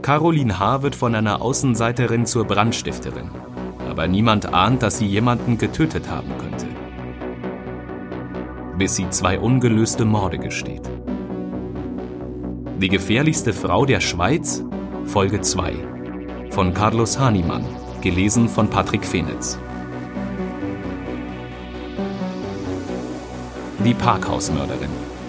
Caroline H. wird von einer Außenseiterin zur Brandstifterin. Aber niemand ahnt, dass sie jemanden getötet haben könnte. Bis sie 2 ungelöste Morde gesteht. Die gefährlichste Frau der Schweiz, Folge 2. Von Carlos Hahnemann, gelesen von Patrick Fenitz. Die Parkhausmörderin.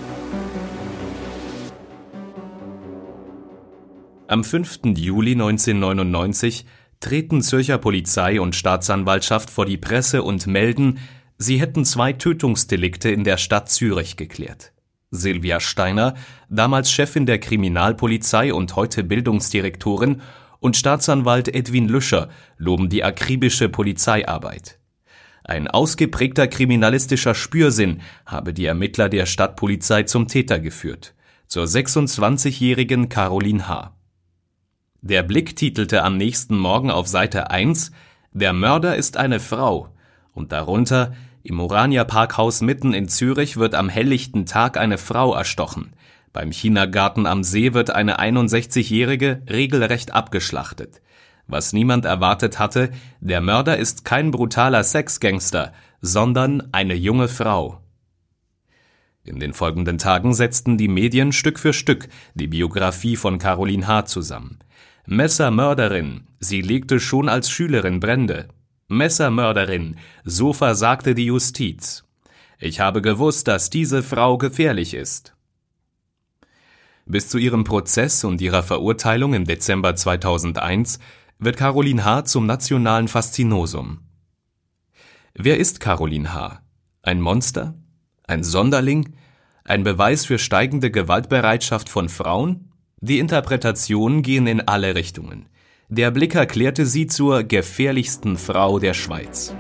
Am 5. Juli 1999 treten Zürcher Polizei und Staatsanwaltschaft vor die Presse und melden, sie hätten 2 Tötungsdelikte in der Stadt Zürich geklärt. Silvia Steiner, damals Chefin der Kriminalpolizei und heute Bildungsdirektorin, und Staatsanwalt Edwin Lüscher loben die akribische Polizeiarbeit. Ein ausgeprägter kriminalistischer Spürsinn habe die Ermittler der Stadtpolizei zum Täter geführt, zur 26-jährigen Caroline H. Der Blick titelte am nächsten Morgen auf Seite 1: Der Mörder ist eine Frau, und darunter: Im Orania Parkhaus mitten in Zürich wird am helllichten Tag eine Frau erstochen. Beim Chinagarten am See wird eine 61-Jährige regelrecht abgeschlachtet. Was niemand erwartet hatte: Der Mörder ist kein brutaler Sexgangster, sondern eine junge Frau. In den folgenden Tagen setzten die Medien Stück für Stück die Biografie von Caroline H. zusammen. Messermörderin, sie legte schon als Schülerin Brände. Messermörderin, so versagte die Justiz. Ich habe gewusst, dass diese Frau gefährlich ist. Bis zu ihrem Prozess und ihrer Verurteilung im Dezember 2001 wird Caroline H. zum nationalen Faszinosum. Wer ist Caroline H.? Ein Monster? Ein Sonderling? Ein Beweis für steigende Gewaltbereitschaft von Frauen? Die Interpretationen gehen in alle Richtungen. Der Blick erklärte sie zur gefährlichsten Frau der Schweiz.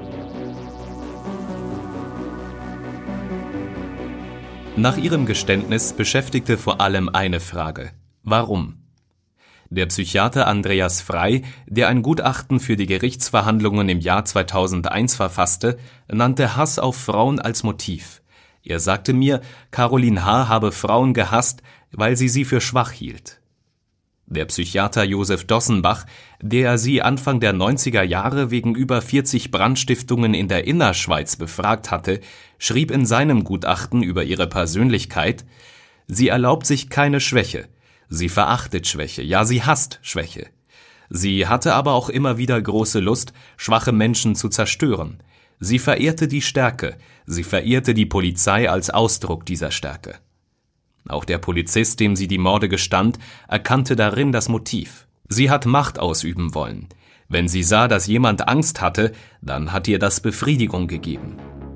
Nach ihrem Geständnis beschäftigte vor allem eine Frage: Warum? Der Psychiater Andreas Frey, der ein Gutachten für die Gerichtsverhandlungen im Jahr 2001 verfasste, nannte Hass auf Frauen als Motiv. Er sagte mir, Caroline H. habe Frauen gehasst, weil sie für schwach hielt. Der Psychiater Josef Dossenbach, der sie Anfang der 90er Jahre wegen über 40 Brandstiftungen in der Innerschweiz befragt hatte, schrieb in seinem Gutachten über ihre Persönlichkeit: Sie erlaubt sich keine Schwäche. Sie verachtet Schwäche, ja, sie hasst Schwäche. Sie hatte aber auch immer wieder große Lust, schwache Menschen zu zerstören. Sie verehrte die Stärke, sie verehrte die Polizei als Ausdruck dieser Stärke. Auch der Polizist, dem sie die Morde gestand, erkannte darin das Motiv. Sie hat Macht ausüben wollen. Wenn sie sah, dass jemand Angst hatte, dann hat ihr das Befriedigung gegeben.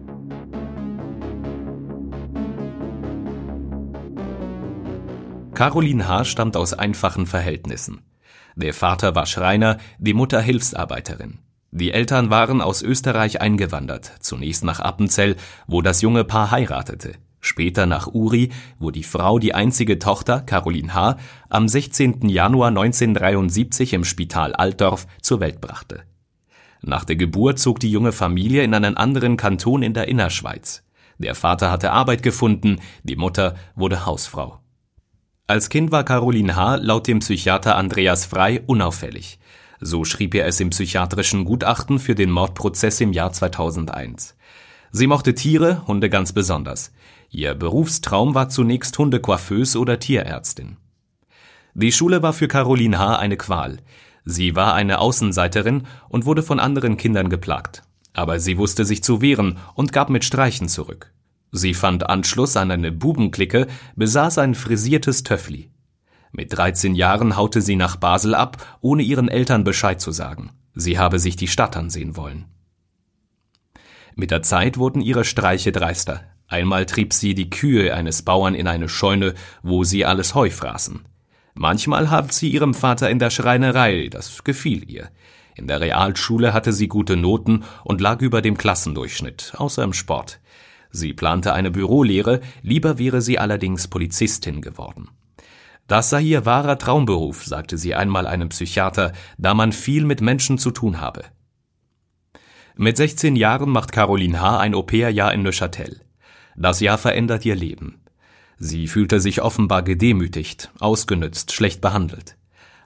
Caroline H. stammt aus einfachen Verhältnissen. Der Vater war Schreiner, die Mutter Hilfsarbeiterin. Die Eltern waren aus Österreich eingewandert, zunächst nach Appenzell, wo das junge Paar heiratete, später nach Uri, wo die Frau die einzige Tochter, Caroline H., am 16. Januar 1973 im Spital Altdorf zur Welt brachte. Nach der Geburt zog die junge Familie in einen anderen Kanton in der Innerschweiz. Der Vater hatte Arbeit gefunden, die Mutter wurde Hausfrau. Als Kind war Caroline H. laut dem Psychiater Andreas Frey unauffällig. So schrieb er es im psychiatrischen Gutachten für den Mordprozess im Jahr 2001. Sie mochte Tiere, Hunde ganz besonders. Ihr Berufstraum war zunächst Hundecoiffeuse oder Tierärztin. Die Schule war für Caroline H. eine Qual. Sie war eine Außenseiterin und wurde von anderen Kindern geplagt. Aber sie wusste sich zu wehren und gab mit Streichen zurück. Sie fand Anschluss an eine Bubenklicke, besaß ein frisiertes Töffli. Mit 13 Jahren haute sie nach Basel ab, ohne ihren Eltern Bescheid zu sagen. Sie habe sich die Stadt ansehen wollen. Mit der Zeit wurden ihre Streiche dreister. Einmal trieb sie die Kühe eines Bauern in eine Scheune, wo sie alles Heu fraßen. Manchmal half sie ihrem Vater in der Schreinerei, das gefiel ihr. In der Realschule hatte sie gute Noten und lag über dem Klassendurchschnitt, außer im Sport. Sie plante eine Bürolehre, lieber wäre sie allerdings Polizistin geworden. Das sei ihr wahrer Traumberuf, sagte sie einmal einem Psychiater, da man viel mit Menschen zu tun habe. Mit 16 Jahren macht Caroline H. ein Au-pair-Jahr in Neuchâtel. Das Jahr verändert ihr Leben. Sie fühlte sich offenbar gedemütigt, ausgenützt, schlecht behandelt.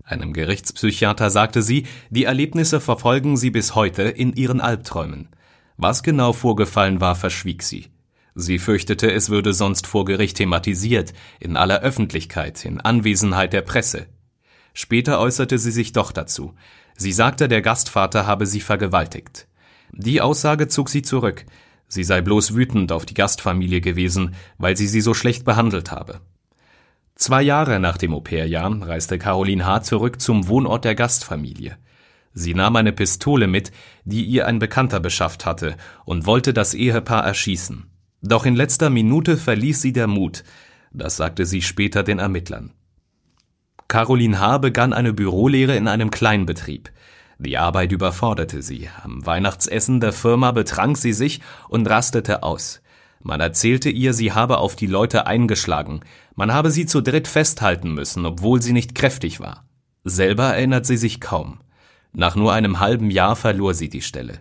Einem Gerichtspsychiater sagte sie, die Erlebnisse verfolgen sie bis heute in ihren Albträumen. Was genau vorgefallen war, verschwieg sie. Sie fürchtete, es würde sonst vor Gericht thematisiert, in aller Öffentlichkeit, in Anwesenheit der Presse. Später äußerte sie sich doch dazu. Sie sagte, der Gastvater habe sie vergewaltigt. Die Aussage zog sie zurück. Sie sei bloß wütend auf die Gastfamilie gewesen, weil sie so schlecht behandelt habe. 2 Jahre nach dem Au-pair-Jahr reiste Caroline H. zurück zum Wohnort der Gastfamilie. Sie nahm eine Pistole mit, die ihr ein Bekannter beschafft hatte, und wollte das Ehepaar erschießen. Doch in letzter Minute verließ sie der Mut. Das sagte sie später den Ermittlern. Caroline H. begann eine Bürolehre in einem Kleinbetrieb. Die Arbeit überforderte sie. Am Weihnachtsessen der Firma betrank sie sich und rastete aus. Man erzählte ihr, sie habe auf die Leute eingeschlagen. Man habe sie zu dritt festhalten müssen, obwohl sie nicht kräftig war. Selber erinnert sie sich kaum. Nach nur einem halben Jahr verlor sie die Stelle.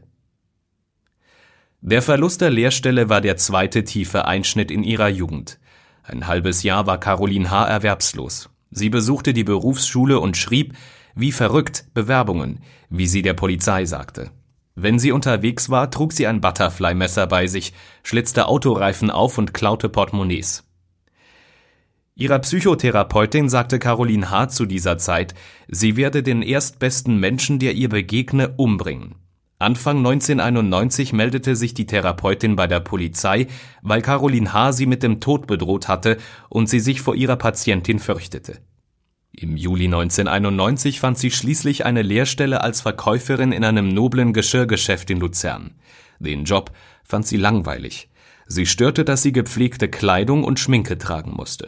Der Verlust der Lehrstelle war der zweite tiefe Einschnitt in ihrer Jugend. Ein halbes Jahr war Caroline H. erwerbslos. Sie besuchte die Berufsschule und schrieb, wie verrückt, Bewerbungen, wie sie der Polizei sagte. Wenn sie unterwegs war, trug sie ein Butterfly-Messer bei sich, schlitzte Autoreifen auf und klaute Portemonnaies. Ihrer Psychotherapeutin sagte Caroline H. zu dieser Zeit, sie werde den erstbesten Menschen, der ihr begegne, umbringen. Anfang 1991 meldete sich die Therapeutin bei der Polizei, weil Caroline H. sie mit dem Tod bedroht hatte und sie sich vor ihrer Patientin fürchtete. Im Juli 1991 fand sie schließlich eine Lehrstelle als Verkäuferin in einem noblen Geschirrgeschäft in Luzern. Den Job fand sie langweilig. Sie störte, dass sie gepflegte Kleidung und Schminke tragen musste.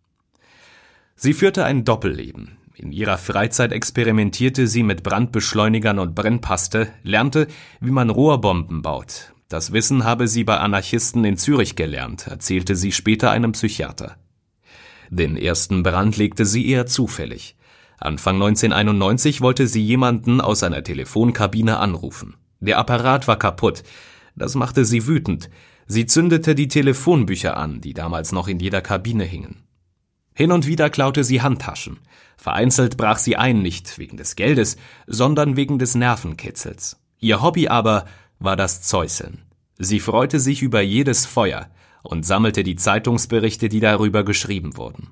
Sie führte ein Doppelleben. In ihrer Freizeit experimentierte sie mit Brandbeschleunigern und Brennpaste, lernte, wie man Rohrbomben baut. Das Wissen habe sie bei Anarchisten in Zürich gelernt, erzählte sie später einem Psychiater. Den ersten Brand legte sie eher zufällig. Anfang 1991 wollte sie jemanden aus einer Telefonkabine anrufen. Der Apparat war kaputt. Das machte sie wütend. Sie zündete die Telefonbücher an, die damals noch in jeder Kabine hingen. Hin und wieder klaute sie Handtaschen. Vereinzelt brach sie ein, nicht wegen des Geldes, sondern wegen des Nervenkitzels. Ihr Hobby aber war das Zäuseln. Sie freute sich über jedes Feuer und sammelte die Zeitungsberichte, die darüber geschrieben wurden.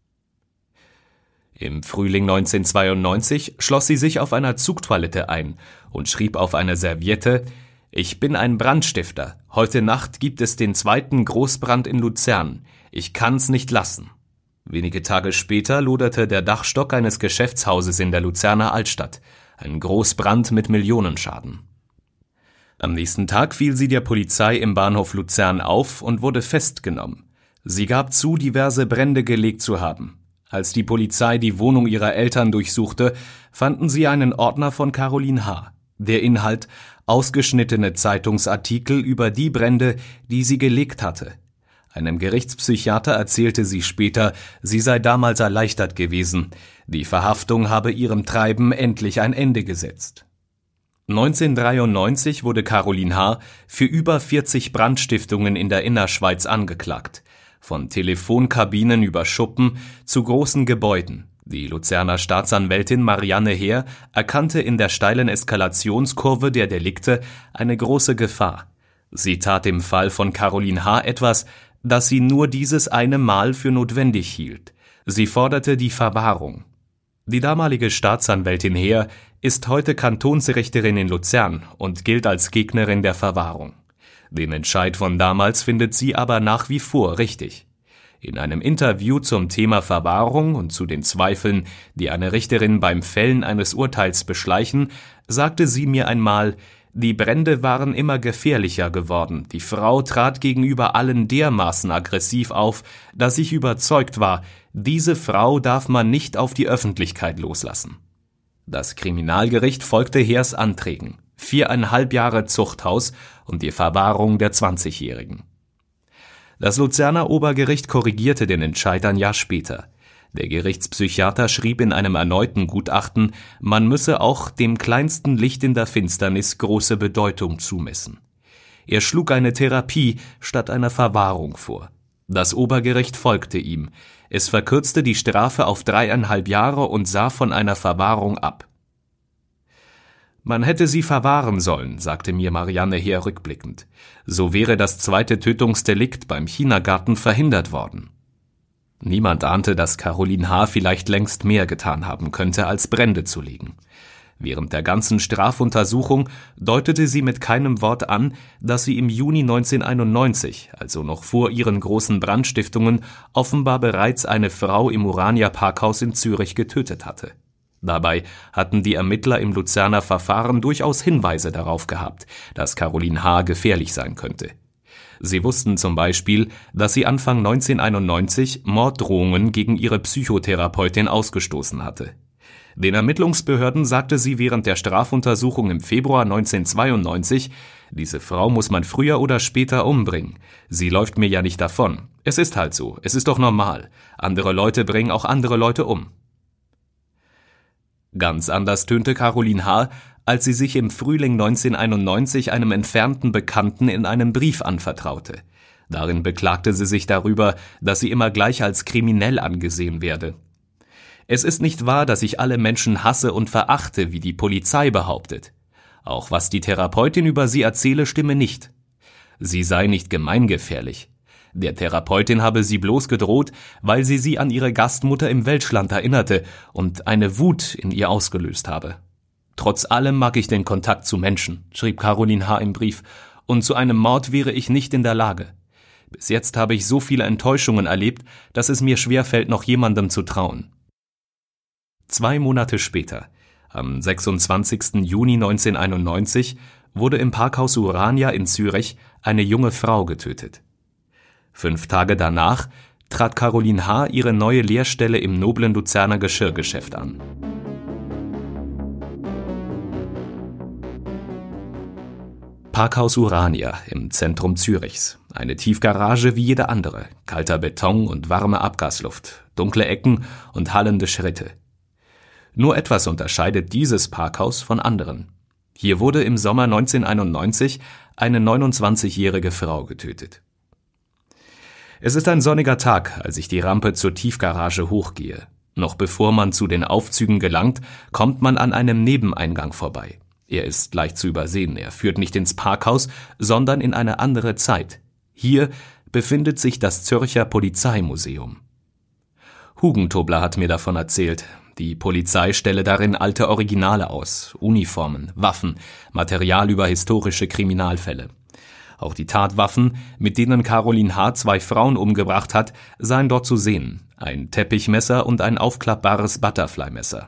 Im Frühling 1992 schloss sie sich auf einer Zugtoilette ein und schrieb auf eine Serviette: »Ich bin ein Brandstifter. Heute Nacht gibt es den zweiten Großbrand in Luzern. Ich kann's nicht lassen.« Wenige Tage später loderte der Dachstock eines Geschäftshauses in der Luzerner Altstadt. Ein Großbrand mit Millionenschaden. Am nächsten Tag fiel sie der Polizei im Bahnhof Luzern auf und wurde festgenommen. Sie gab zu, diverse Brände gelegt zu haben. Als die Polizei die Wohnung ihrer Eltern durchsuchte, fanden sie einen Ordner von Caroline H. Der Inhalt: ausgeschnittene Zeitungsartikel über die Brände, die sie gelegt hatte. Einem Gerichtspsychiater erzählte sie später, sie sei damals erleichtert gewesen. Die Verhaftung habe ihrem Treiben endlich ein Ende gesetzt. 1993 wurde Caroline H. für über 40 Brandstiftungen in der Innerschweiz angeklagt. Von Telefonkabinen über Schuppen zu großen Gebäuden. Die Luzerner Staatsanwältin Marianne Heer erkannte in der steilen Eskalationskurve der Delikte eine große Gefahr. Sie tat im Fall von Caroline H. etwas, das sie nur dieses eine Mal für notwendig hielt. Sie forderte die Verwahrung. Die damalige Staatsanwältin Heer ist heute Kantonsrichterin in Luzern und gilt als Gegnerin der Verwahrung. Den Entscheid von damals findet sie aber nach wie vor richtig. In einem Interview zum Thema Verwahrung und zu den Zweifeln, die eine Richterin beim Fällen eines Urteils beschleichen, sagte sie mir einmal: Die Brände waren immer gefährlicher geworden. Die Frau trat gegenüber allen dermaßen aggressiv auf, dass ich überzeugt war, diese Frau darf man nicht auf die Öffentlichkeit loslassen. Das Kriminalgericht folgte Heers Anträgen: 4,5 Jahre Zuchthaus und die Verwahrung der 20-Jährigen. Das Luzerner Obergericht korrigierte den Entscheid ein Jahr später. Der Gerichtspsychiater schrieb in einem erneuten Gutachten, man müsse auch dem kleinsten Licht in der Finsternis große Bedeutung zumessen. Er schlug eine Therapie statt einer Verwahrung vor. Das Obergericht folgte ihm. Es verkürzte die Strafe auf 3,5 Jahre und sah von einer Verwahrung ab. »Man hätte sie verwahren sollen«, sagte mir Marianne Heer rückblickend. »So wäre das zweite Tötungsdelikt beim Chinagarten verhindert worden.« Niemand ahnte, dass Caroline H. vielleicht längst mehr getan haben könnte, als Brände zu legen. Während der ganzen Strafuntersuchung deutete sie mit keinem Wort an, dass sie im Juni 1991, also noch vor ihren großen Brandstiftungen, offenbar bereits eine Frau im Urania-Parkhaus in Zürich getötet hatte. Dabei hatten die Ermittler im Luzerner Verfahren durchaus Hinweise darauf gehabt, dass Caroline H. gefährlich sein könnte. Sie wussten zum Beispiel, dass sie Anfang 1991 Morddrohungen gegen ihre Psychotherapeutin ausgestoßen hatte. Den Ermittlungsbehörden sagte sie während der Strafuntersuchung im Februar 1992, diese Frau muss man früher oder später umbringen. Sie läuft mir ja nicht davon. Es ist halt so, es ist doch normal. Andere Leute bringen auch andere Leute um. Ganz anders tönte Caroline H., als sie sich im Frühling 1991 einem entfernten Bekannten in einem Brief anvertraute. Darin beklagte sie sich darüber, dass sie immer gleich als kriminell angesehen werde. »Es ist nicht wahr, dass ich alle Menschen hasse und verachte, wie die Polizei behauptet. Auch was die Therapeutin über sie erzähle, stimme nicht. Sie sei nicht gemeingefährlich. Der Therapeutin habe sie bloß gedroht, weil sie an ihre Gastmutter im Welschland erinnerte und eine Wut in ihr ausgelöst habe. Trotz allem mag ich den Kontakt zu Menschen«, schrieb Caroline H. im Brief, »und zu einem Mord wäre ich nicht in der Lage. Bis jetzt habe ich so viele Enttäuschungen erlebt, dass es mir schwerfällt, noch jemandem zu trauen.« 2 Monate später, am 26. Juni 1991, wurde im Parkhaus Urania in Zürich eine junge Frau getötet. 5 Tage danach trat Caroline H. ihre neue Lehrstelle im noblen Luzerner Geschirrgeschäft an. Parkhaus Urania im Zentrum Zürichs. Eine Tiefgarage wie jede andere. Kalter Beton und warme Abgasluft, dunkle Ecken und hallende Schritte. Nur etwas unterscheidet dieses Parkhaus von anderen. Hier wurde im Sommer 1991 eine 29-jährige Frau getötet. Es ist ein sonniger Tag, als ich die Rampe zur Tiefgarage hochgehe. Noch bevor man zu den Aufzügen gelangt, kommt man an einem Nebeneingang vorbei. Er ist leicht zu übersehen, er führt nicht ins Parkhaus, sondern in eine andere Zeit. Hier befindet sich das Zürcher Polizeimuseum. Hugentobler hat mir davon erzählt. Die Polizei stelle darin alte Originale aus, Uniformen, Waffen, Material über historische Kriminalfälle. Auch die Tatwaffen, mit denen Caroline H. 2 Frauen umgebracht hat, seien dort zu sehen. Ein Teppichmesser und ein aufklappbares Butterfly-Messer.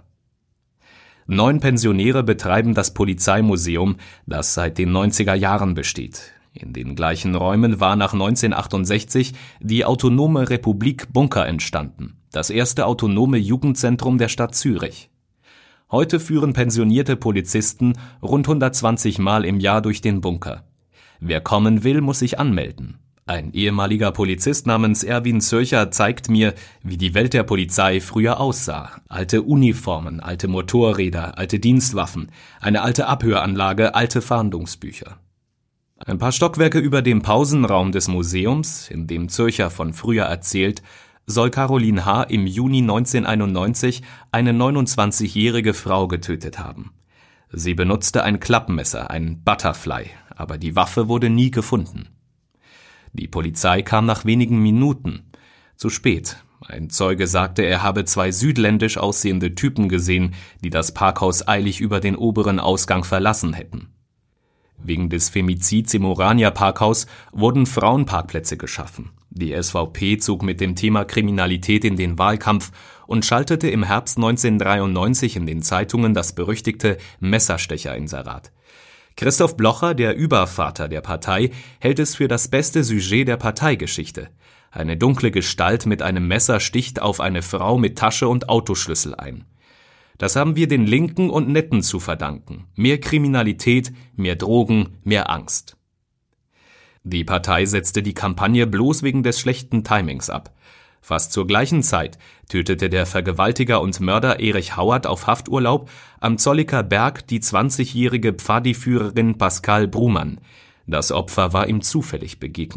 9 Pensionäre betreiben das Polizeimuseum, das seit den 90er Jahren besteht. In den gleichen Räumen war nach 1968 die Autonome Republik Bunker entstanden, das erste autonome Jugendzentrum der Stadt Zürich. Heute führen pensionierte Polizisten rund 120 Mal im Jahr durch den Bunker. Wer kommen will, muss sich anmelden. Ein ehemaliger Polizist namens Erwin Zürcher zeigt mir, wie die Welt der Polizei früher aussah. Alte Uniformen, alte Motorräder, alte Dienstwaffen, eine alte Abhöranlage, alte Fahndungsbücher. Ein paar Stockwerke über dem Pausenraum des Museums, in dem Zürcher von früher erzählt, soll Caroline H. im Juni 1991 eine 29-jährige Frau getötet haben. Sie benutzte ein Klappmesser, ein Butterfly, aber die Waffe wurde nie gefunden. Die Polizei kam nach wenigen Minuten. Zu spät. Ein Zeuge sagte, er habe 2 südländisch aussehende Typen gesehen, die das Parkhaus eilig über den oberen Ausgang verlassen hätten. Wegen des Femizids im Urania-Parkhaus wurden Frauenparkplätze geschaffen. Die SVP zog mit dem Thema Kriminalität in den Wahlkampf und schaltete im Herbst 1993 in den Zeitungen das berüchtigte Messerstecher-Inserat. Christoph Blocher, der Übervater der Partei, hält es für das beste Sujet der Parteigeschichte. Eine dunkle Gestalt mit einem Messer sticht auf eine Frau mit Tasche und Autoschlüssel ein. Das haben wir den Linken und Netten zu verdanken. Mehr Kriminalität, mehr Drogen, mehr Angst. Die Partei setzte die Kampagne bloß wegen des schlechten Timings ab. Fast zur gleichen Zeit tötete der Vergewaltiger und Mörder Erich Hauert auf Hafturlaub am Zolliker Berg die 20-jährige Pfadi-Führerin Pascal Brumann. Das Opfer war ihm zufällig begegnet.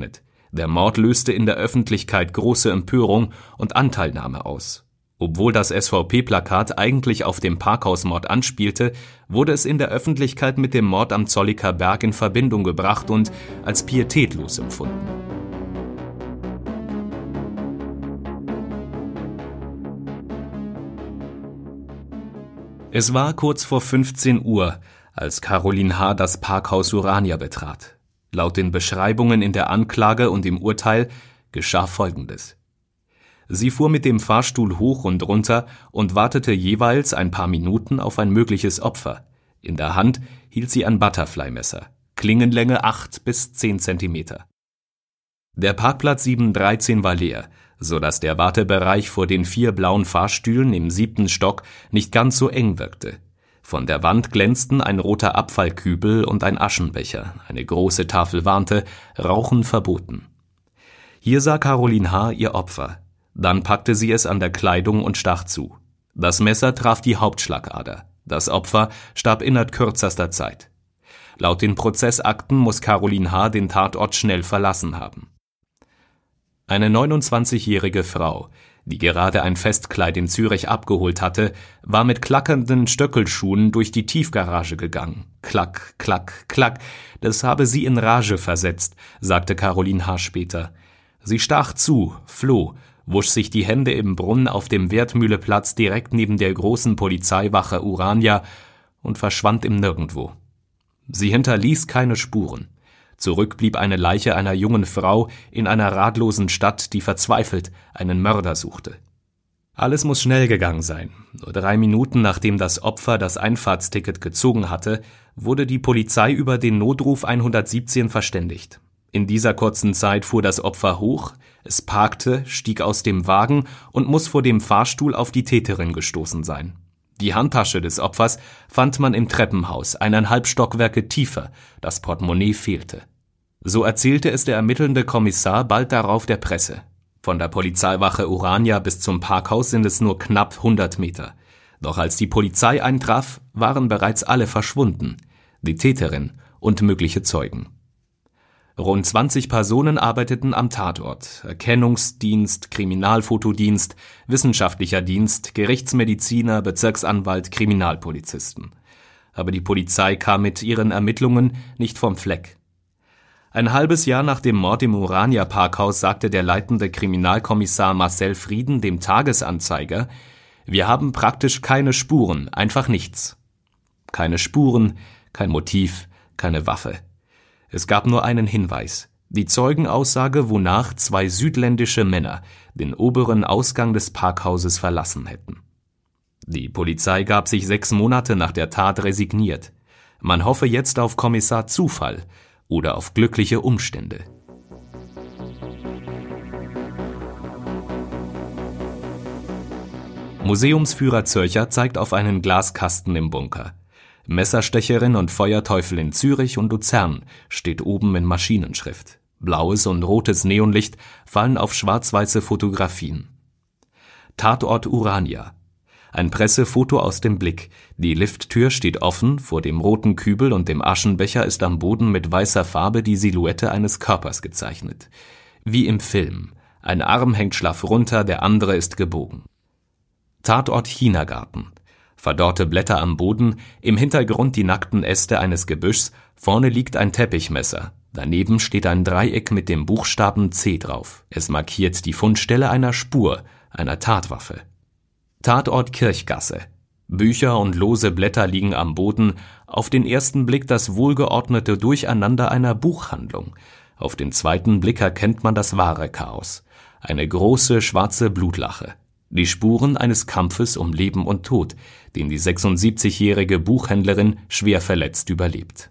Der Mord löste in der Öffentlichkeit große Empörung und Anteilnahme aus. Obwohl das SVP-Plakat eigentlich auf den Parkhausmord anspielte, wurde es in der Öffentlichkeit mit dem Mord am Zolliker Berg in Verbindung gebracht und als pietätlos empfunden. Es war kurz vor 15 Uhr, als Caroline H. das Parkhaus Urania betrat. Laut den Beschreibungen in der Anklage und im Urteil geschah Folgendes. Sie fuhr mit dem Fahrstuhl hoch und runter und wartete jeweils ein paar Minuten auf ein mögliches Opfer. In der Hand hielt sie ein Butterfly-Messer, Klingenlänge 8 bis 10 Zentimeter. Der Parkplatz 713 war leer, so dass der Wartebereich vor den 4 blauen Fahrstühlen im 7. Stock nicht ganz so eng wirkte. Von der Wand glänzten ein roter Abfallkübel und ein Aschenbecher. Eine große Tafel warnte, Rauchen verboten. Hier sah Caroline H. ihr Opfer. Dann packte sie es an der Kleidung und stach zu. Das Messer traf die Hauptschlagader. Das Opfer starb innerhalb kürzester Zeit. Laut den Prozessakten muss Caroline H. den Tatort schnell verlassen haben. Eine 29-jährige Frau, die gerade ein Festkleid in Zürich abgeholt hatte, war mit klackernden Stöckelschuhen durch die Tiefgarage gegangen. Klack, klack, klack, das habe sie in Rage versetzt, sagte Caroline H. später. Sie stach zu, floh, wusch sich die Hände im Brunnen auf dem Wertmühleplatz direkt neben der großen Polizeiwache Urania und verschwand im Nirgendwo. Sie hinterließ keine Spuren. Zurück blieb eine Leiche einer jungen Frau in einer ratlosen Stadt, die verzweifelt einen Mörder suchte. Alles muss schnell gegangen sein. Nur 3 Minuten nachdem das Opfer das Einfahrtsticket gezogen hatte, wurde die Polizei über den Notruf 117 verständigt. In dieser kurzen Zeit fuhr das Opfer hoch, es parkte, stieg aus dem Wagen und muss vor dem Fahrstuhl auf die Täterin gestoßen sein. Die Handtasche des Opfers fand man im Treppenhaus, 1,5 Stockwerke tiefer, das Portemonnaie fehlte. So erzählte es der ermittelnde Kommissar bald darauf der Presse. Von der Polizeiwache Urania bis zum Parkhaus sind es nur knapp 100 Meter. Doch als die Polizei eintraf, waren bereits alle verschwunden, die Täterin und mögliche Zeugen. Rund 20 Personen arbeiteten am Tatort: Erkennungsdienst, Kriminalfotodienst, wissenschaftlicher Dienst, Gerichtsmediziner, Bezirksanwalt, Kriminalpolizisten. Aber die Polizei kam mit ihren Ermittlungen nicht vom Fleck. Ein halbes Jahr nach dem Mord im Urania-Parkhaus sagte der leitende Kriminalkommissar Marcel Frieden dem Tagesanzeiger: Wir haben praktisch keine Spuren, einfach nichts. Keine Spuren, kein Motiv, keine Waffe. Es gab nur einen Hinweis, die Zeugenaussage, wonach 2 südländische Männer den oberen Ausgang des Parkhauses verlassen hätten. Die Polizei gab sich 6 Monate nach der Tat resigniert. Man hoffe jetzt auf Kommissar Zufall oder auf glückliche Umstände. Museumsführer Zürcher zeigt auf einen Glaskasten im Bunker. Messerstecherin und Feuerteufel in Zürich und Luzern steht oben in Maschinenschrift. Blaues und rotes Neonlicht fallen auf schwarz-weiße Fotografien. Tatort Urania. Ein Pressefoto aus dem Blick. Die Lifttür steht offen, vor dem roten Kübel und dem Aschenbecher ist am Boden mit weißer Farbe die Silhouette eines Körpers gezeichnet. Wie im Film. Ein Arm hängt schlaff runter, der andere ist gebogen. Tatort Chinagarten. Verdorrte Blätter am Boden, im Hintergrund die nackten Äste eines Gebüschs, vorne liegt ein Teppichmesser. Daneben steht ein Dreieck mit dem Buchstaben C drauf. Es markiert die Fundstelle einer Spur, einer Tatwaffe. Tatort Kirchgasse. Bücher und lose Blätter liegen am Boden, auf den ersten Blick das wohlgeordnete Durcheinander einer Buchhandlung. Auf den zweiten Blick erkennt man das wahre Chaos. Eine große schwarze Blutlache. Die Spuren eines Kampfes um Leben und Tod, den die 76-jährige Buchhändlerin schwer verletzt überlebt.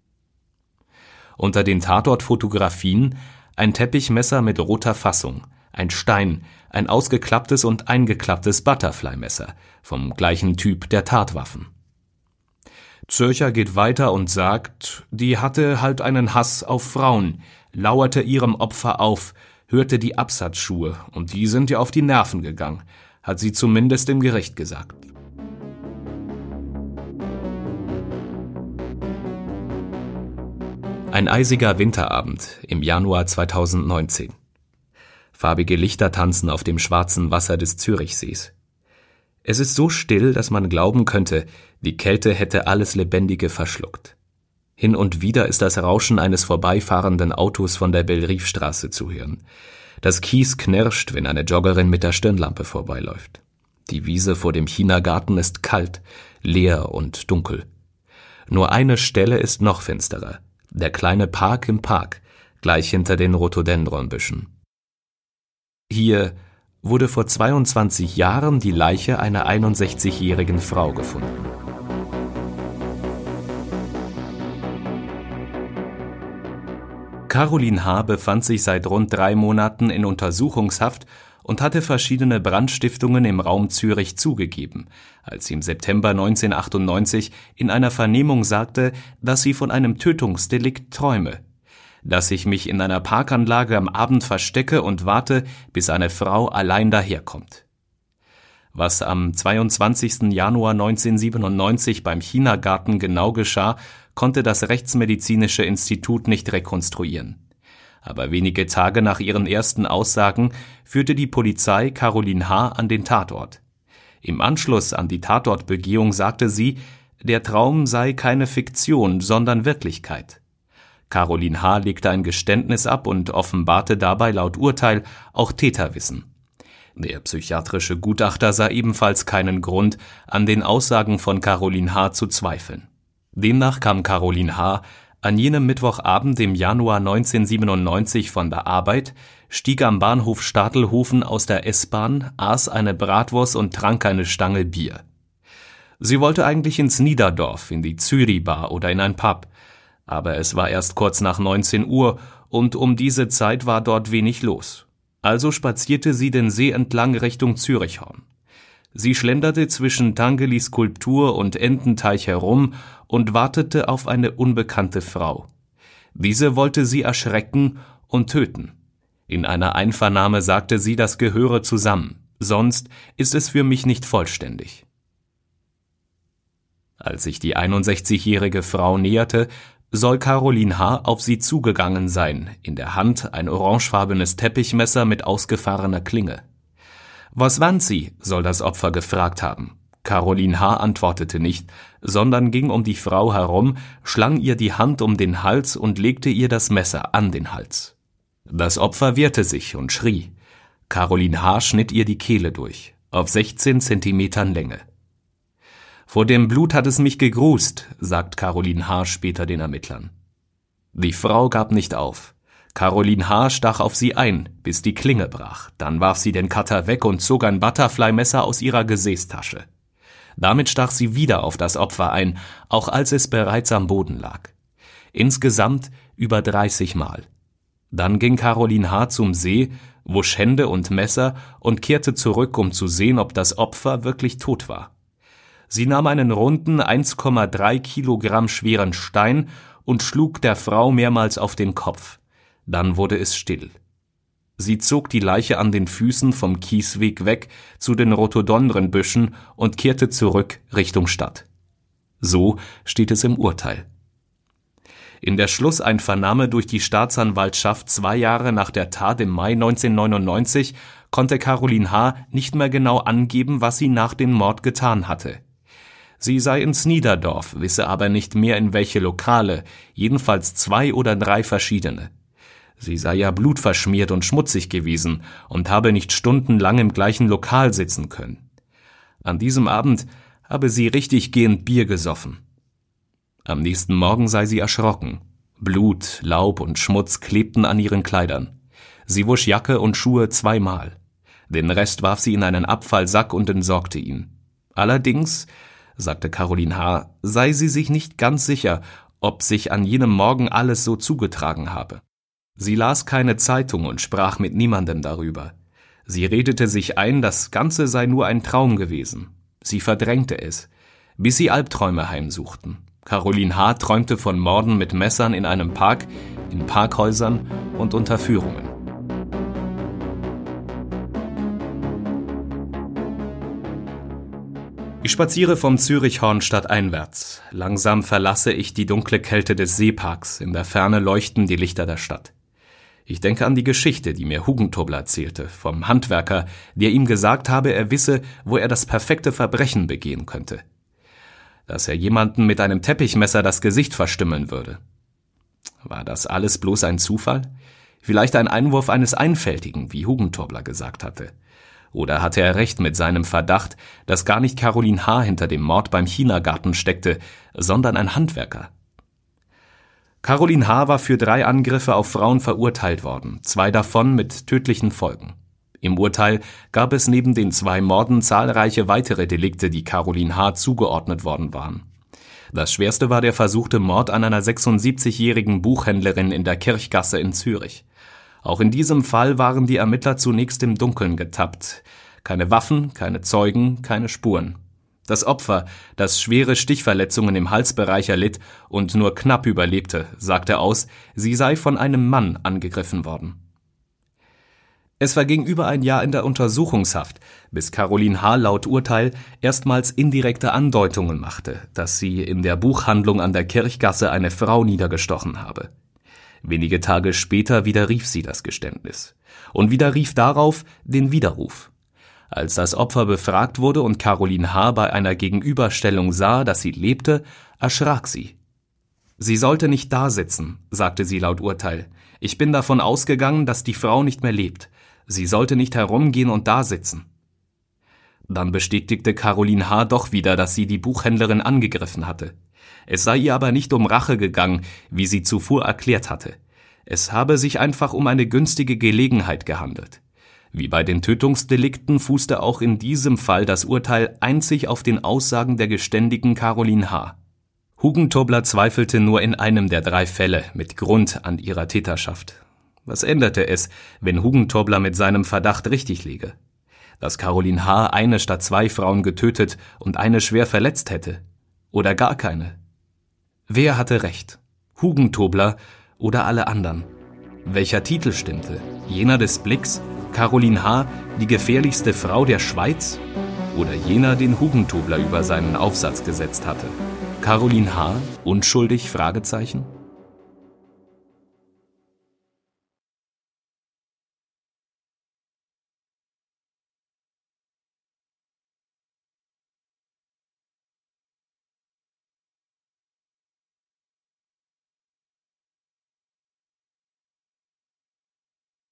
Unter den Tatortfotografien ein Teppichmesser mit roter Fassung, ein Stein, ein ausgeklapptes und eingeklapptes Butterfly-Messer, vom gleichen Typ der Tatwaffen. Zürcher geht weiter und sagt, die hatte halt einen Hass auf Frauen, lauerte ihrem Opfer auf, hörte die Absatzschuhe und die sind ihr auf die Nerven gegangen, hat sie zumindest im Gericht gesagt. Ein eisiger Winterabend im Januar 2019. Farbige Lichter tanzen auf dem schwarzen Wasser des Zürichsees. Es ist so still, dass man glauben könnte, die Kälte hätte alles Lebendige verschluckt. Hin und wieder ist das Rauschen eines vorbeifahrenden Autos von der Bellerive-Straße zu hören. Das Kies knirscht, wenn eine Joggerin mit der Stirnlampe vorbeiläuft. Die Wiese vor dem Chinagarten ist kalt, leer und dunkel. Nur eine Stelle ist noch finsterer. Der kleine Park im Park, gleich hinter den Rhododendronbüschen. Hier wurde vor 22 Jahren die Leiche einer 61-jährigen Frau gefunden. Caroline H. befand sich seit rund 3 Monaten in Untersuchungshaft und hatte verschiedene Brandstiftungen im Raum Zürich zugegeben, als sie im September 1998 in einer Vernehmung sagte, dass sie von einem Tötungsdelikt träume. Dass ich mich in einer Parkanlage am Abend verstecke und warte, bis eine Frau allein daherkommt. Was am 22. Januar 1997 beim Chinagarten genau geschah, konnte das Rechtsmedizinische Institut nicht rekonstruieren. Aber wenige Tage nach ihren ersten Aussagen führte die Polizei Caroline H. an den Tatort. Im Anschluss an die Tatortbegehung sagte sie, der Traum sei keine Fiktion, sondern Wirklichkeit. Caroline H. legte ein Geständnis ab und offenbarte dabei laut Urteil auch Täterwissen. Der psychiatrische Gutachter sah ebenfalls keinen Grund, an den Aussagen von Caroline H. zu zweifeln. Demnach kam Caroline H. an jenem Mittwochabend im Januar 1997 von der Arbeit, stieg am Bahnhof Stadelhofen aus der S-Bahn, aß eine Bratwurst und trank eine Stange Bier. Sie wollte eigentlich ins Niederdorf, in die Züri-Bar oder in ein Pub, aber es war erst kurz nach 19 Uhr und um diese Zeit war dort wenig los. Also spazierte sie den See entlang Richtung Zürichhorn. Sie schlenderte zwischen Tangelis Skulptur und Ententeich herum und wartete auf eine unbekannte Frau. Diese wollte sie erschrecken und töten. In einer Einvernahme sagte sie, das gehöre zusammen, sonst ist es für mich nicht vollständig. Als sich die 61-jährige Frau näherte, soll Caroline H. auf sie zugegangen sein, in der Hand ein orangefarbenes Teppichmesser mit ausgefahrener Klinge. »Was want Sie?« soll das Opfer gefragt haben. Caroline H. antwortete nicht, sondern ging um die Frau herum, schlang ihr die Hand um den Hals und legte ihr das Messer an den Hals. Das Opfer wehrte sich und schrie. Caroline H. schnitt ihr die Kehle durch, auf 16 Zentimetern Länge. »Vor dem Blut hat es mich gegrußt«, sagt Caroline H. später den Ermittlern. Die Frau gab nicht auf. Caroline H. stach auf sie ein, bis die Klinge brach. Dann warf sie den Cutter weg und zog ein Butterfly-Messer aus ihrer Gesäßtasche. Damit stach sie wieder auf das Opfer ein, auch als es bereits am Boden lag. Insgesamt über 30 Mal. Dann ging Caroline H. zum See, wusch Hände und Messer und kehrte zurück, um zu sehen, ob das Opfer wirklich tot war. Sie nahm einen runden 1,3 Kilogramm schweren Stein und schlug der Frau mehrmals auf den Kopf. Dann wurde es still. Sie zog die Leiche an den Füßen vom Kiesweg weg zu den Rhododendronbüschen und kehrte zurück Richtung Stadt. So steht es im Urteil. In der Schlusseinvernahme durch die Staatsanwaltschaft 2 Jahre nach der Tat im Mai 1999 konnte Caroline H. nicht mehr genau angeben, was sie nach dem Mord getan hatte. Sie sei ins Niederdorf, wisse aber nicht mehr in welche Lokale, jedenfalls 2 oder 3 verschiedene. Sie sei ja blutverschmiert und schmutzig gewesen und habe nicht stundenlang im gleichen Lokal sitzen können. An diesem Abend habe sie richtig gehend Bier gesoffen. Am nächsten Morgen sei sie erschrocken. Blut, Laub und Schmutz klebten an ihren Kleidern. Sie wusch Jacke und Schuhe 2 Mal. Den Rest warf sie in einen Abfallsack und entsorgte ihn. Allerdings, sagte Caroline H., sei sie sich nicht ganz sicher, ob sich an jenem Morgen alles so zugetragen habe. Sie las keine Zeitung und sprach mit niemandem darüber. Sie redete sich ein, das Ganze sei nur ein Traum gewesen. Sie verdrängte es, bis sie Albträume heimsuchten. Caroline H. träumte von Morden mit Messern in einem Park, in Parkhäusern und Unterführungen. Ich spaziere vom Zürichhorn stadteinwärts. Langsam verlasse ich die dunkle Kälte des Seeparks. In der Ferne leuchten die Lichter der Stadt. Ich denke an die Geschichte, die mir Hugentobler erzählte, vom Handwerker, der ihm gesagt habe, er wisse, wo er das perfekte Verbrechen begehen könnte. Dass er jemanden mit einem Teppichmesser das Gesicht verstümmeln würde. War das alles bloß ein Zufall? Vielleicht ein Einwurf eines Einfältigen, wie Hugentobler gesagt hatte. Oder hatte er recht mit seinem Verdacht, dass gar nicht Caroline H. hinter dem Mord beim Chinagarten steckte, sondern ein Handwerker? Caroline H. war für 3 Angriffe auf Frauen verurteilt worden, 2 davon mit tödlichen Folgen. Im Urteil gab es neben den 2 Morden zahlreiche weitere Delikte, die Caroline H. zugeordnet worden waren. Das schwerste war der versuchte Mord an einer 76-jährigen Buchhändlerin in der Kirchgasse in Zürich. Auch in diesem Fall waren die Ermittler zunächst im Dunkeln getappt. Keine Waffen, keine Zeugen, keine Spuren. Das Opfer, das schwere Stichverletzungen im Halsbereich erlitt und nur knapp überlebte, sagte aus, sie sei von einem Mann angegriffen worden. Es verging über ein Jahr in der Untersuchungshaft, bis Caroline H. laut Urteil erstmals indirekte Andeutungen machte, dass sie in der Buchhandlung an der Kirchgasse eine Frau niedergestochen habe. Wenige Tage später widerrief sie das Geständnis und widerrief darauf den Widerruf. Als das Opfer befragt wurde und Caroline H. bei einer Gegenüberstellung sah, dass sie lebte, erschrak sie. Sie sollte nicht dasitzen, sagte sie laut Urteil. Ich bin davon ausgegangen, dass die Frau nicht mehr lebt. Sie sollte nicht herumgehen und dasitzen. Dann bestätigte Caroline H. doch wieder, dass sie die Buchhändlerin angegriffen hatte. Es sei ihr aber nicht um Rache gegangen, wie sie zuvor erklärt hatte. Es habe sich einfach um eine günstige Gelegenheit gehandelt. Wie bei den Tötungsdelikten fußte auch in diesem Fall das Urteil einzig auf den Aussagen der geständigen Caroline H. Hugentobler zweifelte nur in einem der 3 Fälle mit Grund an ihrer Täterschaft. Was änderte es, wenn Hugentobler mit seinem Verdacht richtig liege? Dass Caroline H. eine statt 2 Frauen getötet und eine schwer verletzt hätte? Oder gar keine? Wer hatte recht? Hugentobler oder alle anderen? Welcher Titel stimmte? Jener des Blicks, Caroline H., die gefährlichste Frau der Schweiz? Oder jener, den Hugentobler über seinen Aufsatz gesetzt hatte? Caroline H., unschuldig? Fragezeichen?